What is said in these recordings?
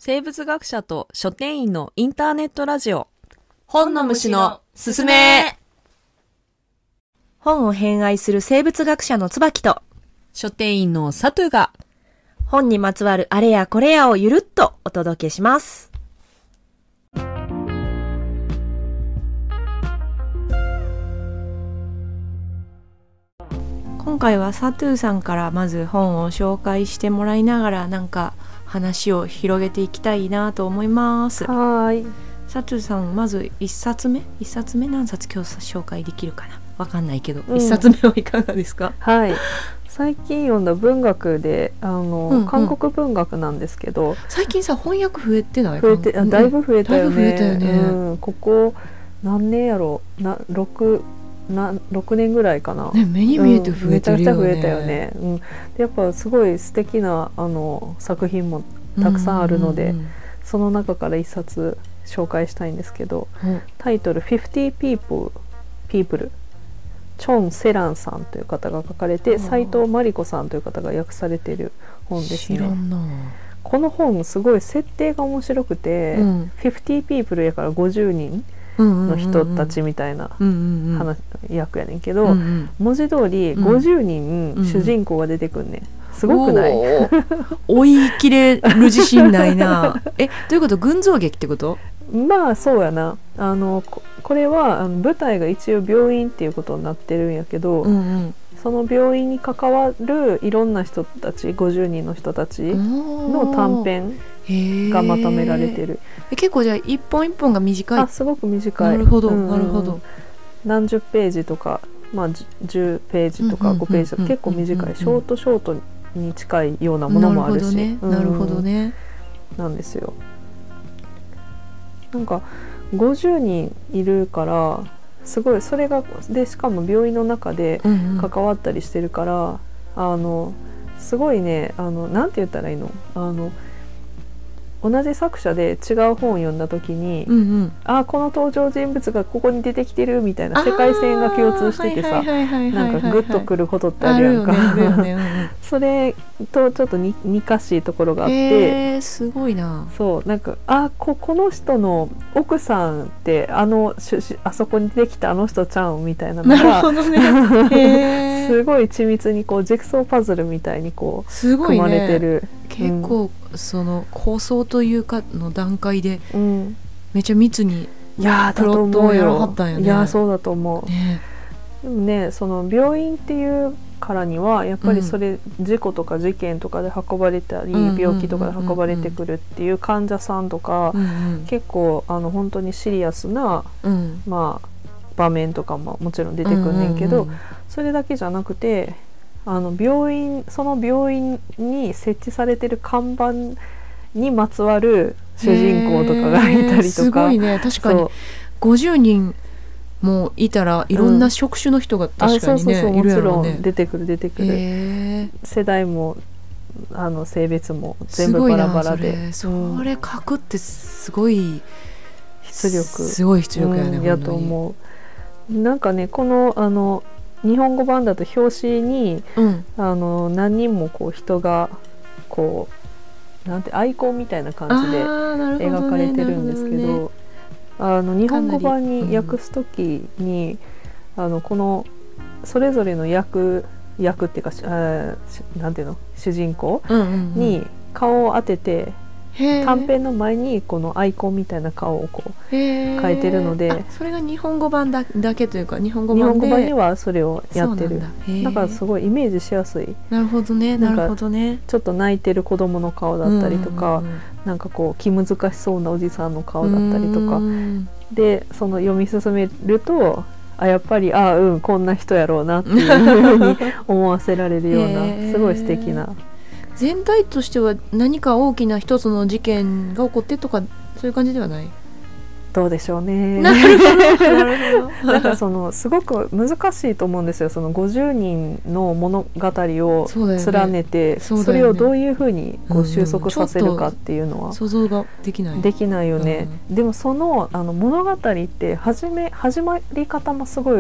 生物学者と書店員のインターネットラジオ、本の虫のすすめ。 本を偏愛する生物学者の椿と書店員のサトゥが本にまつわるあれやこれやをゆるっとお届けします。今回はサトゥさんからまず本を紹介してもらいながらなんか話を広げていきたいなと思います。 はい。 サトゥさん、まず1冊目何冊今日紹介できるかな、わかんないけど、1冊目はいかがですか？ はい。最近読んだ文学で韓国文学なんですけど、 最近さ翻訳増えてない？ だいぶ増えたよね。ここ何年やろうな、6年ぐらいかな、 ね、目に見えて増えてるよね。めちゃくちゃ増えたよね。でやっぱすごい素敵な作品もたくさんあるので、その中から一冊紹介したいんですけど、タイトル50 people、チョン・セランさんという方が書かれて、斉藤真理子さんという方が訳されている本ですね。この本すごい設定が面白くて、50 people やから50人の人たちみたいな役やねんけど、文字通り50人主人公が出てくんねん。すごくない？ 追い切れる自信ないな。どういうこと？群像劇ってこと？ まあそうやな。これは舞台が一応病院っていうことになってるんやけど、その病院に関わるいろんな人たち、50人の人たちの短編がまとめられてる。 結構じゃあ一本一本が短い？ すごく短い。 なるほど、なるほど。 何十ページとか、10ページとか5ページとか結構短い、ショートに近いようなものもあるし。 なるほどね。 なんですよ。なんか50人いるからすごい、それがでしかも病院の中で関わったりしてるから、すごいね、なんて言ったらいいの、同じ作者で違う本を読んだ時に、この登場人物がここに出てきてるみたいな世界線が共通しててさ、なんかグッとくることってあるやんか。それとちょっと似かしいところがあって、 すごいな。 そうなんかこの人の奥さんってあそこに出てきたあの人ちゃうんみたいなのがすごい緻密にこうジグソーパズルみたいにこう組まれてる。 結構その構想というかの段階でめちゃ密にプロットをやらはったんやね。 いやそうだと思う。でもね、その病院っていうからにはやっぱりそれ、事故とか事件とかで運ばれたり、病気とかで運ばれてくるっていう患者さんとか、結構本当にシリアスな、場面とかももちろん出てくんねんけど、それだけじゃなくてその病院に設置されてる看板にまつわる主人公とかがいたりとか、 すごいね。確かに50人もいたらいろんな職種の人が確かにね、いるやろうね。 もちろん出てくる。世代も性別も全部バラバラで、 それ書くってすごいすごい出力やね。 やと思う。なんかね、この日本語版だと表紙に、何人もこう人がこうなんてアイコンみたいな感じで描かれてるんですけど、日本語版に訳す時に、このそれぞれの役っていうか、なんていうの、主人公に顔を当てて、短編の前にこのアイコンみたいな顔をこう描いてるので、 それが日本語版だけというか日本語版にはそれをやってる。だからすごいイメージしやすい。 なるほどね、なるほどね。 ちょっと泣いてる子供の顔だったりとか、なんかこう気難しそうなおじさんの顔だったりとかで、その読み進めるとやっぱりこんな人やろうなっていうふうに思わせられるようなすごい素敵な。 全体としては何か大きな一つの事件が起こってとかそういう感じではない？ どうでしょうね。 なるほど。 なんかすごく難しいと思うんですよ。その50人の物語を連ねて、それをどういうふうにこう収束させるかっていうのは想像ができないよね。でもその物語って始まり方もすごい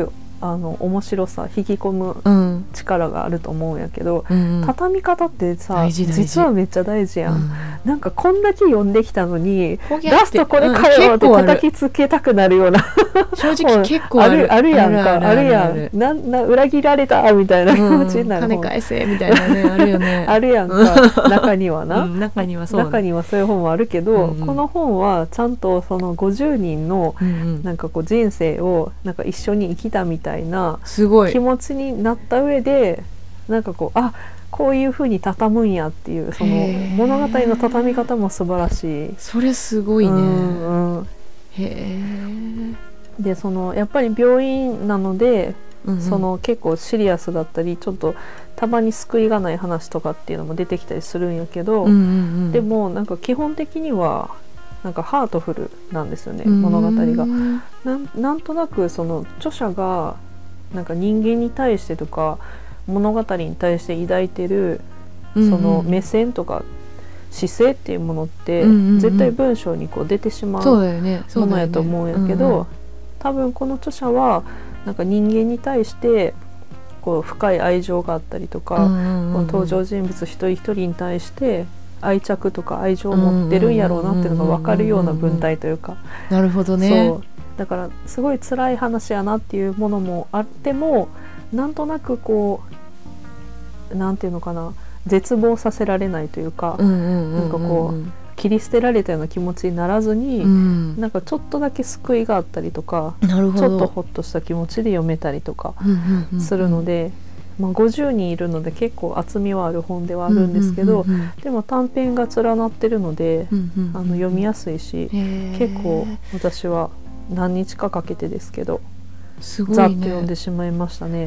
面白さ引き込む力があると思うんやけど、畳み方ってさ実はめっちゃ大事やん、なんかこんだけ読んできたのにラストこれかよって叩きつけたくなるような正直結構あるやんか、あるやん、裏切られたみたいな気持ちになる、 金返せみたいなねあるよねあるやんか中にはな、 中にはそういう本もあるけど、この本はちゃんとその50人のなんかこう人生をなんか一緒に生きたみたいなすごい気持ちになった上で、なんかこうこういう風に畳むんやっていうその物語の畳み方も素晴らしい。 それすごいね、へえ。でそのやっぱり病院なので、その結構シリアスだったりちょっとたまに救いがない話とかっていうのも出てきたりするんやけど、でもなんか基本的にはなんかハートフルなんですよね、物語が。なんとなくその著者がなんか人間に対してとか物語に対して抱いてるその目線とか姿勢っていうものって絶対文章にこう出てしまうものやと思うんやけど、多分この著者はなんか人間に対してこう深い愛情があったりとか、この登場人物一人一人に対して愛着とか愛情を持ってるんやろうなっていうのが分かるような文体というか、 なるほどね。 そうだからすごい辛い話やなっていうものもあっても、なんとなくこうなんていうのかな、絶望させられないというか、なんかこう切り捨てられたような気持ちにならずに、なんかちょっとだけ救いがあったりとか、ちょっとほっとした気持ちで読めたりとかするので、50人いるので結構厚みはある本ではあるんですけど、でも短編が連なってるので、読みやすいし、結構私は何日かかけてですけどすごい、ね、 ざっと読んでしまいましたね。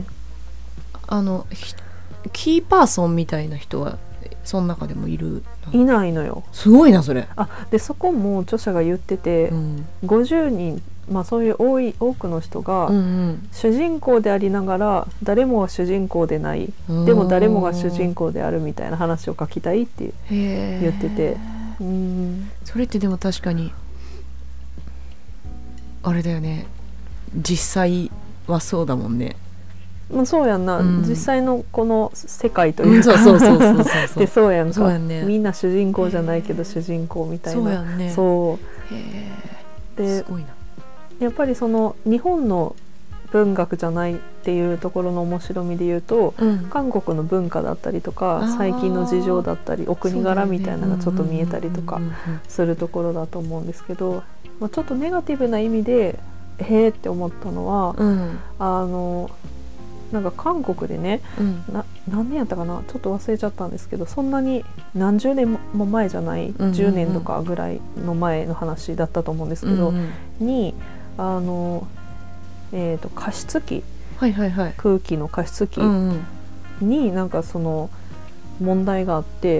キーパーソンみたいな人はその中でもいないのよ。 すごいなそれ。 でそこも著者が言ってて、50人、そういう多くの人が主人公でありながら誰もが主人公でない、でも誰もが主人公であるみたいな話を書きたいって言ってて、 それってでも確かにあれだよね、実際はそうだもんね。 そうやんな、実際のこの世界というか、でそうやんか、みんな主人公じゃないけど主人公みたいな。 そうやんね。 そうですごいな。 やっぱりその日本の文学じゃないっていうところの面白みで言うと、韓国の文化だったりとか最近の事情だったりお国柄みたいなのがちょっと見えたりとかするところだと思うんですけど、ちょっとネガティブな意味でへーって思ったのは、なんか韓国でね、何年やったかなちょっと忘れちゃったんですけど、そんなに何十年も前じゃない、10年とかぐらいの前の話だったと思うんですけど、に加湿器、空気の加湿器になんかその問題があって、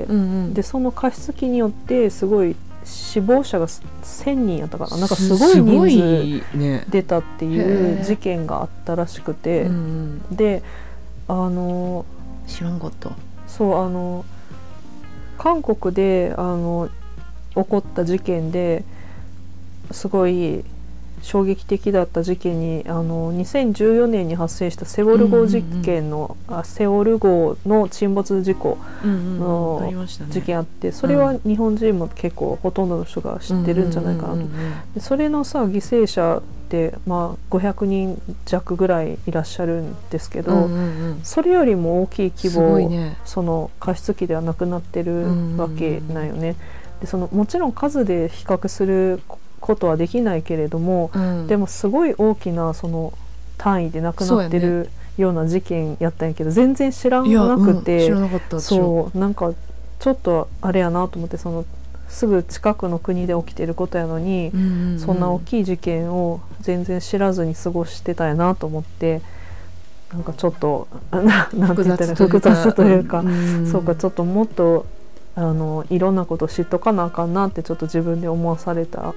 でその加湿器によってすごい死亡者が1000人やったかな、なんかすごい人数出たっていう事件があったらしくて、で知らんかった。 そう韓国で起こった事件ですごい衝撃的だった事件に2014年に発生したセウォル号事件の、セウォル号の沈没事故の事件あって、それは日本人も結構ほとんどの人が知ってるんじゃないかなと。でそれのさ犠牲者って500人弱ぐらいいらっしゃるんですけど、それよりも大きい規模、その加湿器ではなくなってるわけなんよね。でもちろん数で比較することはできないけれども、でもすごい大きなその単位で亡くなってるような事件やったんやけど、全然知らなくて、 知らなかった。 そうなんかちょっとあれやなと思って、すぐ近くの国で起きてることやのに、そんな大きい事件を全然知らずに過ごしてたやなと思って、なんかちょっとなんて言ったら複雑というか、そうかちょっともっといろんなこと知っとかなあかんなってちょっと自分で思わされた。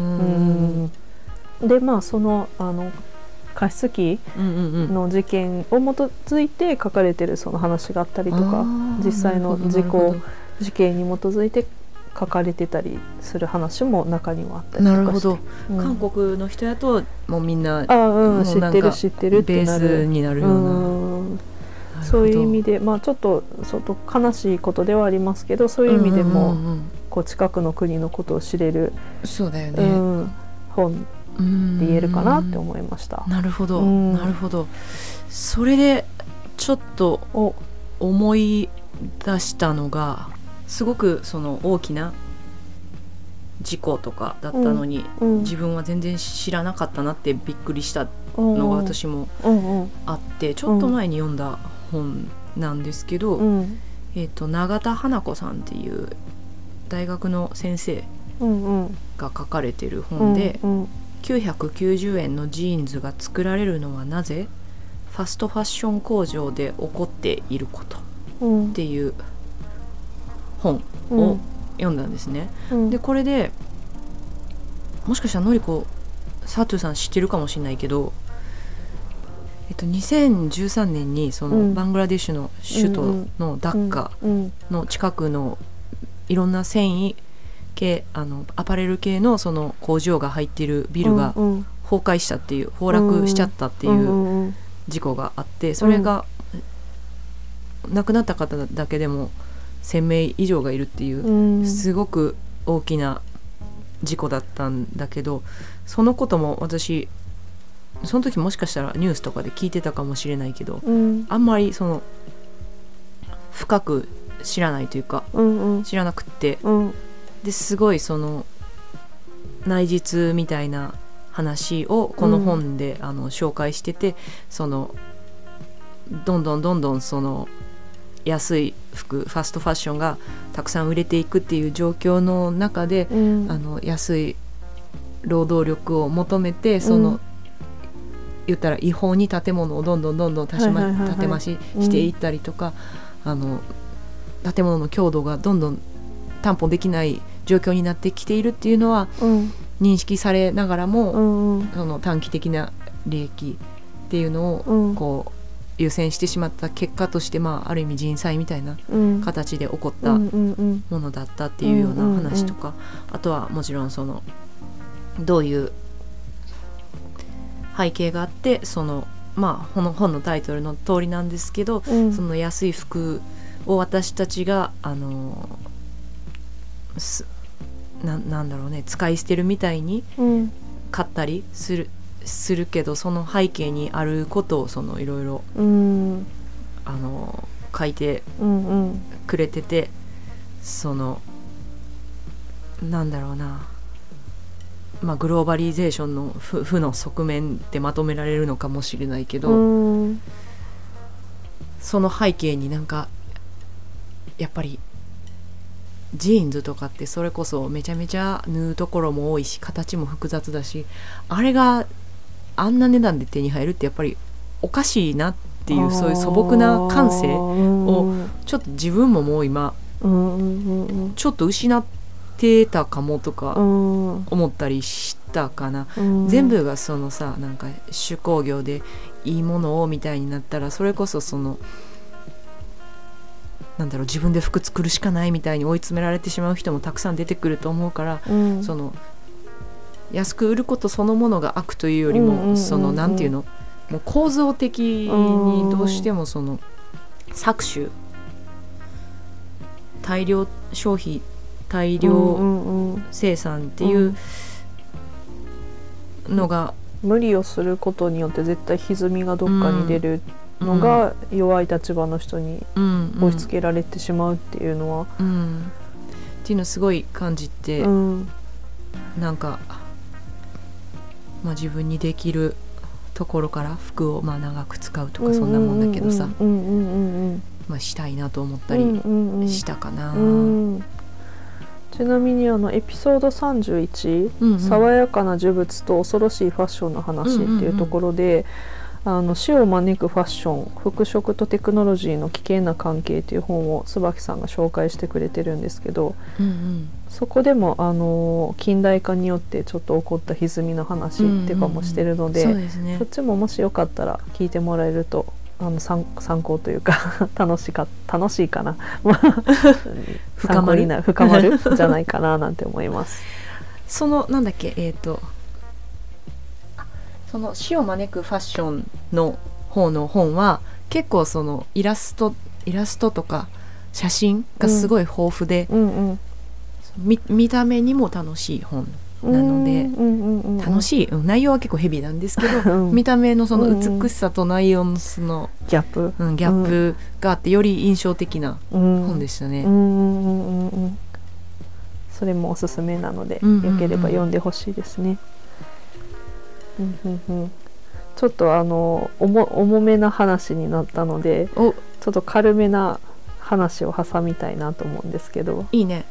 でその加湿器の事件を基づいて書かれてるその話があったりとか、実際の事件に基づいて書かれてたりする話も中にはあったりとかして。 なるほど、 うん、 韓国の人やともうみんな知ってる知ってるってなる、 ベースになるような、 そういう意味で、まあ、ちょっと悲しいことではありますけど、そういう意味でも、こう近くの国のことを知れる、 そうだよね、 本で言えるかなって思いました。 なるほど、なるほど。それでちょっと思い出したのが、すごくその大きな事故とかだったのに、自分は全然知らなかったなってびっくりしたのが私もあって、ちょっと前に読んだ本なんですけど、永田花子さんっていう大学の先生が書かれてる本で、990円のジーンズが作られるのはなぜ？ファストファッション工場で起こっていることっていう本を読んだんですね。でこれでもしかしたらのりこサトゥさん知ってるかもしれないけど、2013年にそのバングラデシュの首都のダッカの近くのいろんな繊維系アパレル系のその工場が入っているビルが崩壊したっていう、崩落しちゃったっていう事故があって、それが亡くなった方だけでも1000名以上がいるっていうすごく大きな事故だったんだけど、そのことも私その時もしかしたらニュースとかで聞いてたかもしれないけど、あんまりその深く知らないというか、知らなくって、ですごいその内実みたいな話をこの本で、紹介してて、そのどんどんその安い服、ファストファッションがたくさん売れていくっていう状況の中で、安い労働力を求めて、その、言ったら違法に建物をどんどん建て増ししていったりとか、建物の強度がどんどん担保できない状況になってきているっていうのは、認識されながらも、その短期的な利益っていうのをこう優先してしまった結果として、ある意味人災みたいな形で起こったものだったっていうような話とか、あとはもちろんそのどういう背景があって、そのこの本のタイトルの通りなんですけど、その安い服を私たちがなんだろうね、使い捨てるみたいに買ったりするけど、その背景にあることをそのいろいろ書いてくれてて、そのなんだろうな、グローバリゼーションの負の側面ってまとめられるのかもしれないけど、その背景になんかやっぱりジーンズとかってそれこそめちゃめちゃ縫うところも多いし、形も複雑だし、あれがあんな値段で手に入るってやっぱりおかしいなっていう、そういう素朴な感性をちょっと自分ももう今ちょっと失ってたかもとか思ったりしたかな。全部がそのさ、なんか手工業でいいものをみたいになったら、それこそそのなんだろう、自分で服作るしかないみたいに追い詰められてしまう人もたくさん出てくると思うから、その安く売ることそのものが悪というよりも、そのなんていうの、もう構造的にどうしてもその搾取、大量消費、大量生産っていうのが、 無理をすることによって絶対歪みがどっかに出るのが弱い立場の人に押し付けられてしまうっていうのは、 っていうのをすごい感じて、なんか、自分にできるところから服を長く使うとかそんなもんだけどさ、したいなと思ったりしたかな。 ちなみにエピソード31、爽やかな呪物と恐ろしいファッションの話っていうところで、死を招くファッション、服飾とテクノロジーの危険な関係という本を椿さんが紹介してくれてるんですけど、そこでも近代化によってちょっと起こった歪みの話っていうかもしてるので、そっちももしよかったら聞いてもらえると参考というか楽しいかな深まる深まるじゃないかななんて思いますそのなんだっけその死を招くファッションの方の本は結構そのイラストとか写真がすごい豊富で、見た目にも楽しい本なので、楽しい内容は結構ヘビーなんですけど、見た目のその美しさと内容のそのギャップがあってより印象的な本でしたね。 それもおすすめなので、よければ読んでほしいですね。ちょっと重めな話になったので、ちょっと軽めな話を挟みたいなと思うんですけど。 いいね。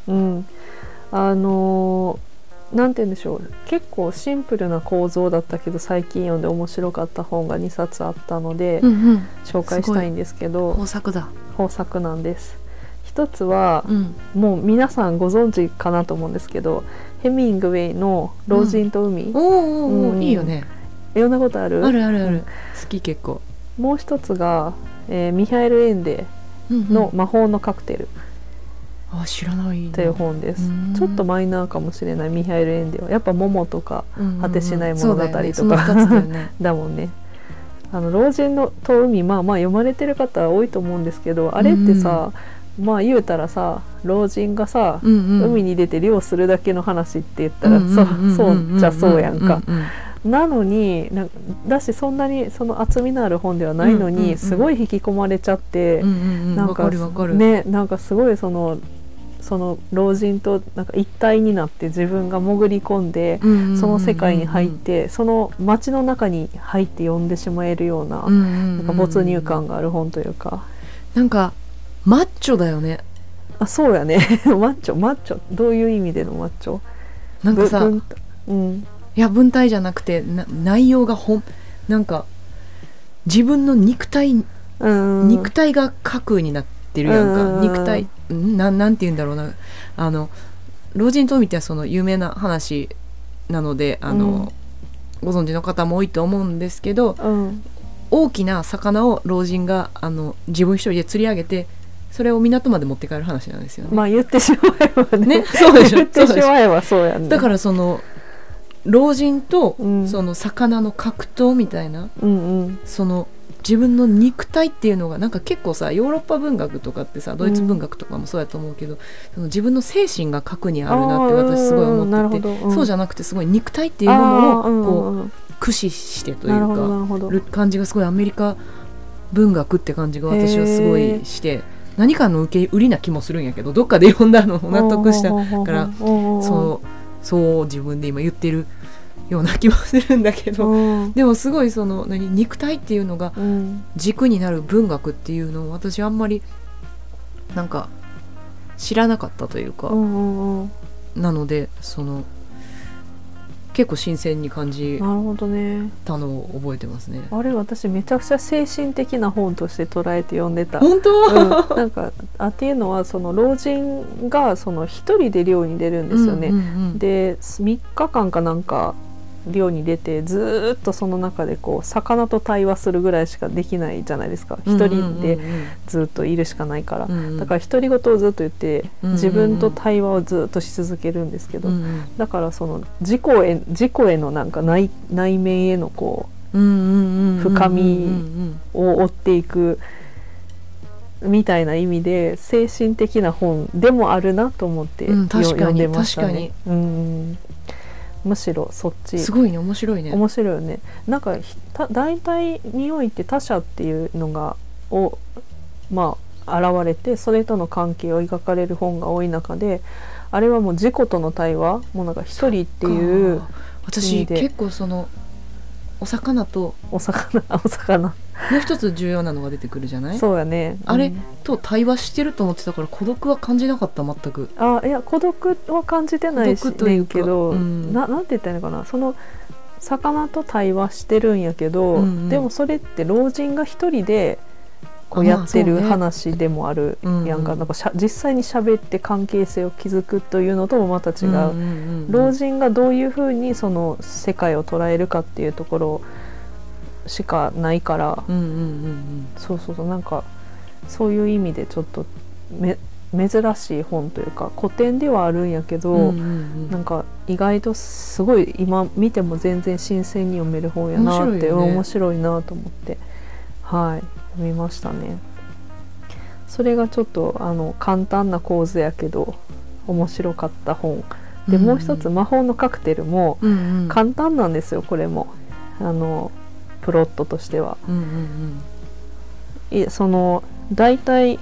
なんて言うんでしょう、結構シンプルな構造だったけど最近読んで面白かった本が2冊あったので、紹介したいんですけど、豊作なんです。一つは、もう皆さんご存知かなと思うんですけど、ヘミングウェイの「老人と海」 いいよね。 読んだことある？ ある、好き結構。 もう一つが、ミハエル・エンデの「魔法のカクテル」 知らないという本です。ちょっとマイナーかもしれない。ミハエル・エンデはやっぱモモとか果てしない物語とかだもんね。老人と海、読まれてる方は多いと思うんですけど、あれってさ、言うたらさ、老人がさ、海に出て漁するだけの話って言ったらそうじゃそうやんか。なのにだし、そんなにその厚みのある本ではないのに、すごい引き込まれちゃって、なんかね、なんかすごいその老人となんか一体になって自分が潜り込んで、その世界に入って、その街の中に入って読んでしまえるような、なんか没入感がある本というか、 なんかマッチョだよね。 そうやねマッチョどういう意味でのマッチョ？ なんかさ、いや文体じゃなくて内容がなんか自分の肉体が核になってるやんか。肉体なんて言うんだろうな。老人と海ってはその有名な話なのでご存知の方も多いと思うんですけど、大きな魚を老人が自分一人で釣り上げて、それを港まで持って帰る話なんですよね。 言ってしまえばね。 そうでしょ。 言ってしまえばそうやね。 だからその老人とその魚の格闘みたいな、その自分の肉体っていうのがなんか結構さ、ヨーロッパ文学とかってさ、ドイツ文学とかもそうやと思うけど、その自分の精神が核にあるなって私すごい思ってて、そうじゃなくてすごい肉体っていうものをこう駆使してというかる感じがすごいアメリカ文学って感じが私はすごいして、何かの受け売りな気もするんやけど、どっかで読んだのを納得したからそう自分で今言ってるような気もするんだけど、でもすごいその肉体っていうのが軸になる文学っていうのを私あんまりなんか知らなかったというか、なのでその結構新鮮に感じたのを覚えてますね。 あれ、私めちゃくちゃ精神的な本として捉えて読んでた。 本当？ なんかっていうのは、その老人がその一人で漁に出るんですよね。で3日間かなんか漁に出て、ずっとその中でこう魚と対話するぐらいしかできないじゃないですか。一人でずっといるしかないから、だから独り言をずっと言って自分と対話をずっとし続けるんですけど、だからその自己へのなんか内面へのこう深みを追っていくみたいな意味で精神的な本でもあるなと思って読んでましたね。むしろそっちすごいね、面白いね。 面白いよね。なんか大体において他者っていうのが現れて、それとの関係を描かれる本が多い中で、あれはもう自己との対話、もうなんか一人っていう。 私結構そのお魚もう一つ重要なのが出てくるじゃない？ そうやね。 あれと対話してると思ってたから孤独は感じなかった、全く。 いや孤独は感じてないしねんけど、なんて言ったらいいのかな、その魚と対話してるんやけど、でもそれって老人が一人でこうやってる話でもあるやんか。なんか実際に喋って関係性を築くというのともまた違う。老人がどういうふうにその世界を捉えるかっていうところをしかないから、そうそうそう、なんかそういう意味でちょっと珍しい本というか古典ではあるんやけど、なんか意外とすごい今見ても全然新鮮に読める本やなって、面白いなと思って、はい、読みましたね。それがちょっと簡単な構図やけど面白かった本で、もう一つ魔法のカクテルも簡単なんですよ。これもプロットとしては、そのだいたい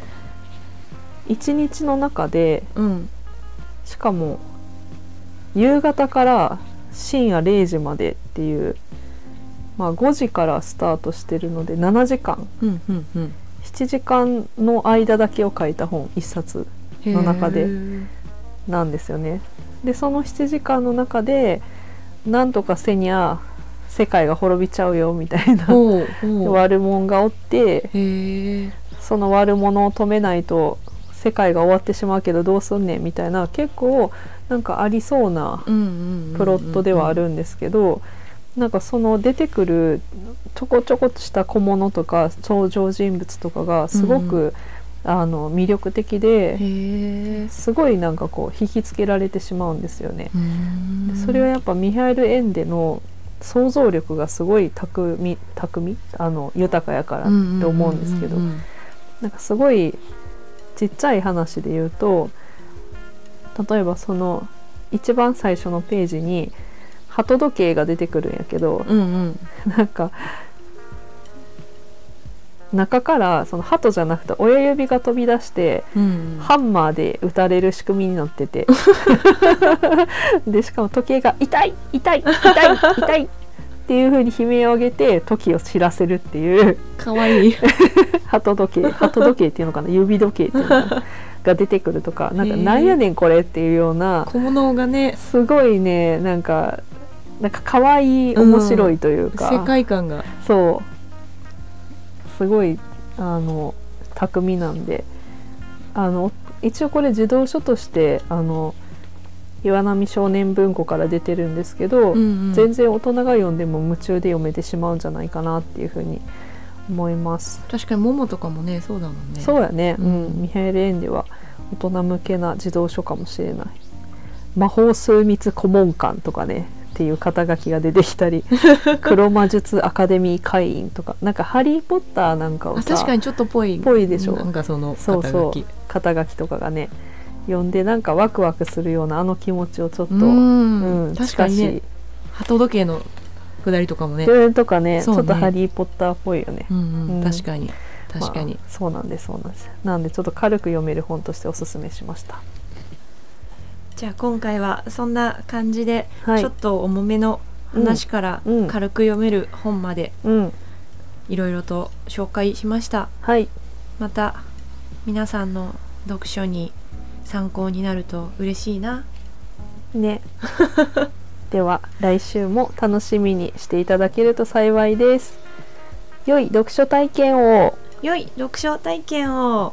1日の中で、しかも夕方から深夜0時までっていう、5時からスタートしてるので7時間、7時間の間だけを書いた本1冊の中でなんですよね。でその7時間の中でなんとかせにゃ世界が滅びちゃうよみたいな悪者がおって、その悪者を止めないと世界が終わってしまうけどどうすんねんみたいな、結構なんかありそうなプロットではあるんですけど、なんかその出てくるちょこちょこっとした小物とか登場人物とかがすごく、魅力的ですごいなんかこう引きつけられてしまうんですよね。でそれはやっぱミハエル・エンデの想像力がすごい巧み豊かやからって思うんですけど、なんかすごいちっちゃい話で言うと、例えばその一番最初のページに鳩時計が出てくるんやけど、なんか中からその鳩じゃなくて親指が飛び出して、ハンマーで打たれる仕組みになっててでしかも時計が痛い痛い痛い痛いっていう風に悲鳴を上げて時を知らせるっていうかわいい鳩時計っていうのかな、指時計っていうのかなが出てくるとか、なんかなんやねんこれっていうような小物がね、すごいね、なんか可愛い面白いというか、 世界観がそうすごい巧みなんで、一応これ児童書として岩波少年文庫から出てるんですけど、全然大人が読んでも夢中で読めてしまうんじゃないかなっていうふうに思います。 確かにモモとかもねそうだもんね。 そうやね、ミハエル・エンデは大人向けな児童書かもしれない。魔法数密顧問官とかねっていう肩書きが出てきたり黒魔術アカデミー会員とか、なんかハリー・ポッターなんかをさ、 確かにちょっとぽいでしょ。 なんかその肩書き、そう肩書きとかがね読んでなんかワクワクするような気持ちをちょっと確かにね、鳩時計の下りとかもねとかね、ちょっとハリー・ポッターっぽいよね。 確かに確かに、 そうなんですなんでちょっと軽く読める本としておすすめしました。 じゃあ今回はそんな感じで、ちょっと重めの話から軽く読める本までいろいろと紹介しました。また皆さんの読書に参考になると嬉しいなねでは来週も楽しみにしていただけると幸いです。良い読書体験を。 良い読書体験を。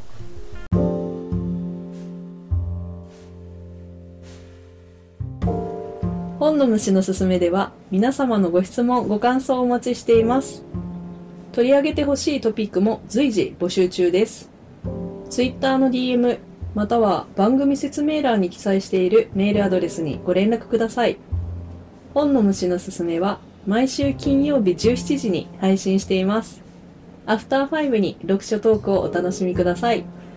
本の虫のすすめでは皆様のご質問ご感想をお待ちしています。取り上げてほしいトピックも随時募集中です。Twitter の DM または番組説明欄に記載しているメールアドレスにご連絡ください。本の虫のすすめは毎週金曜日17時に配信しています。アフター5に読書トークをお楽しみください。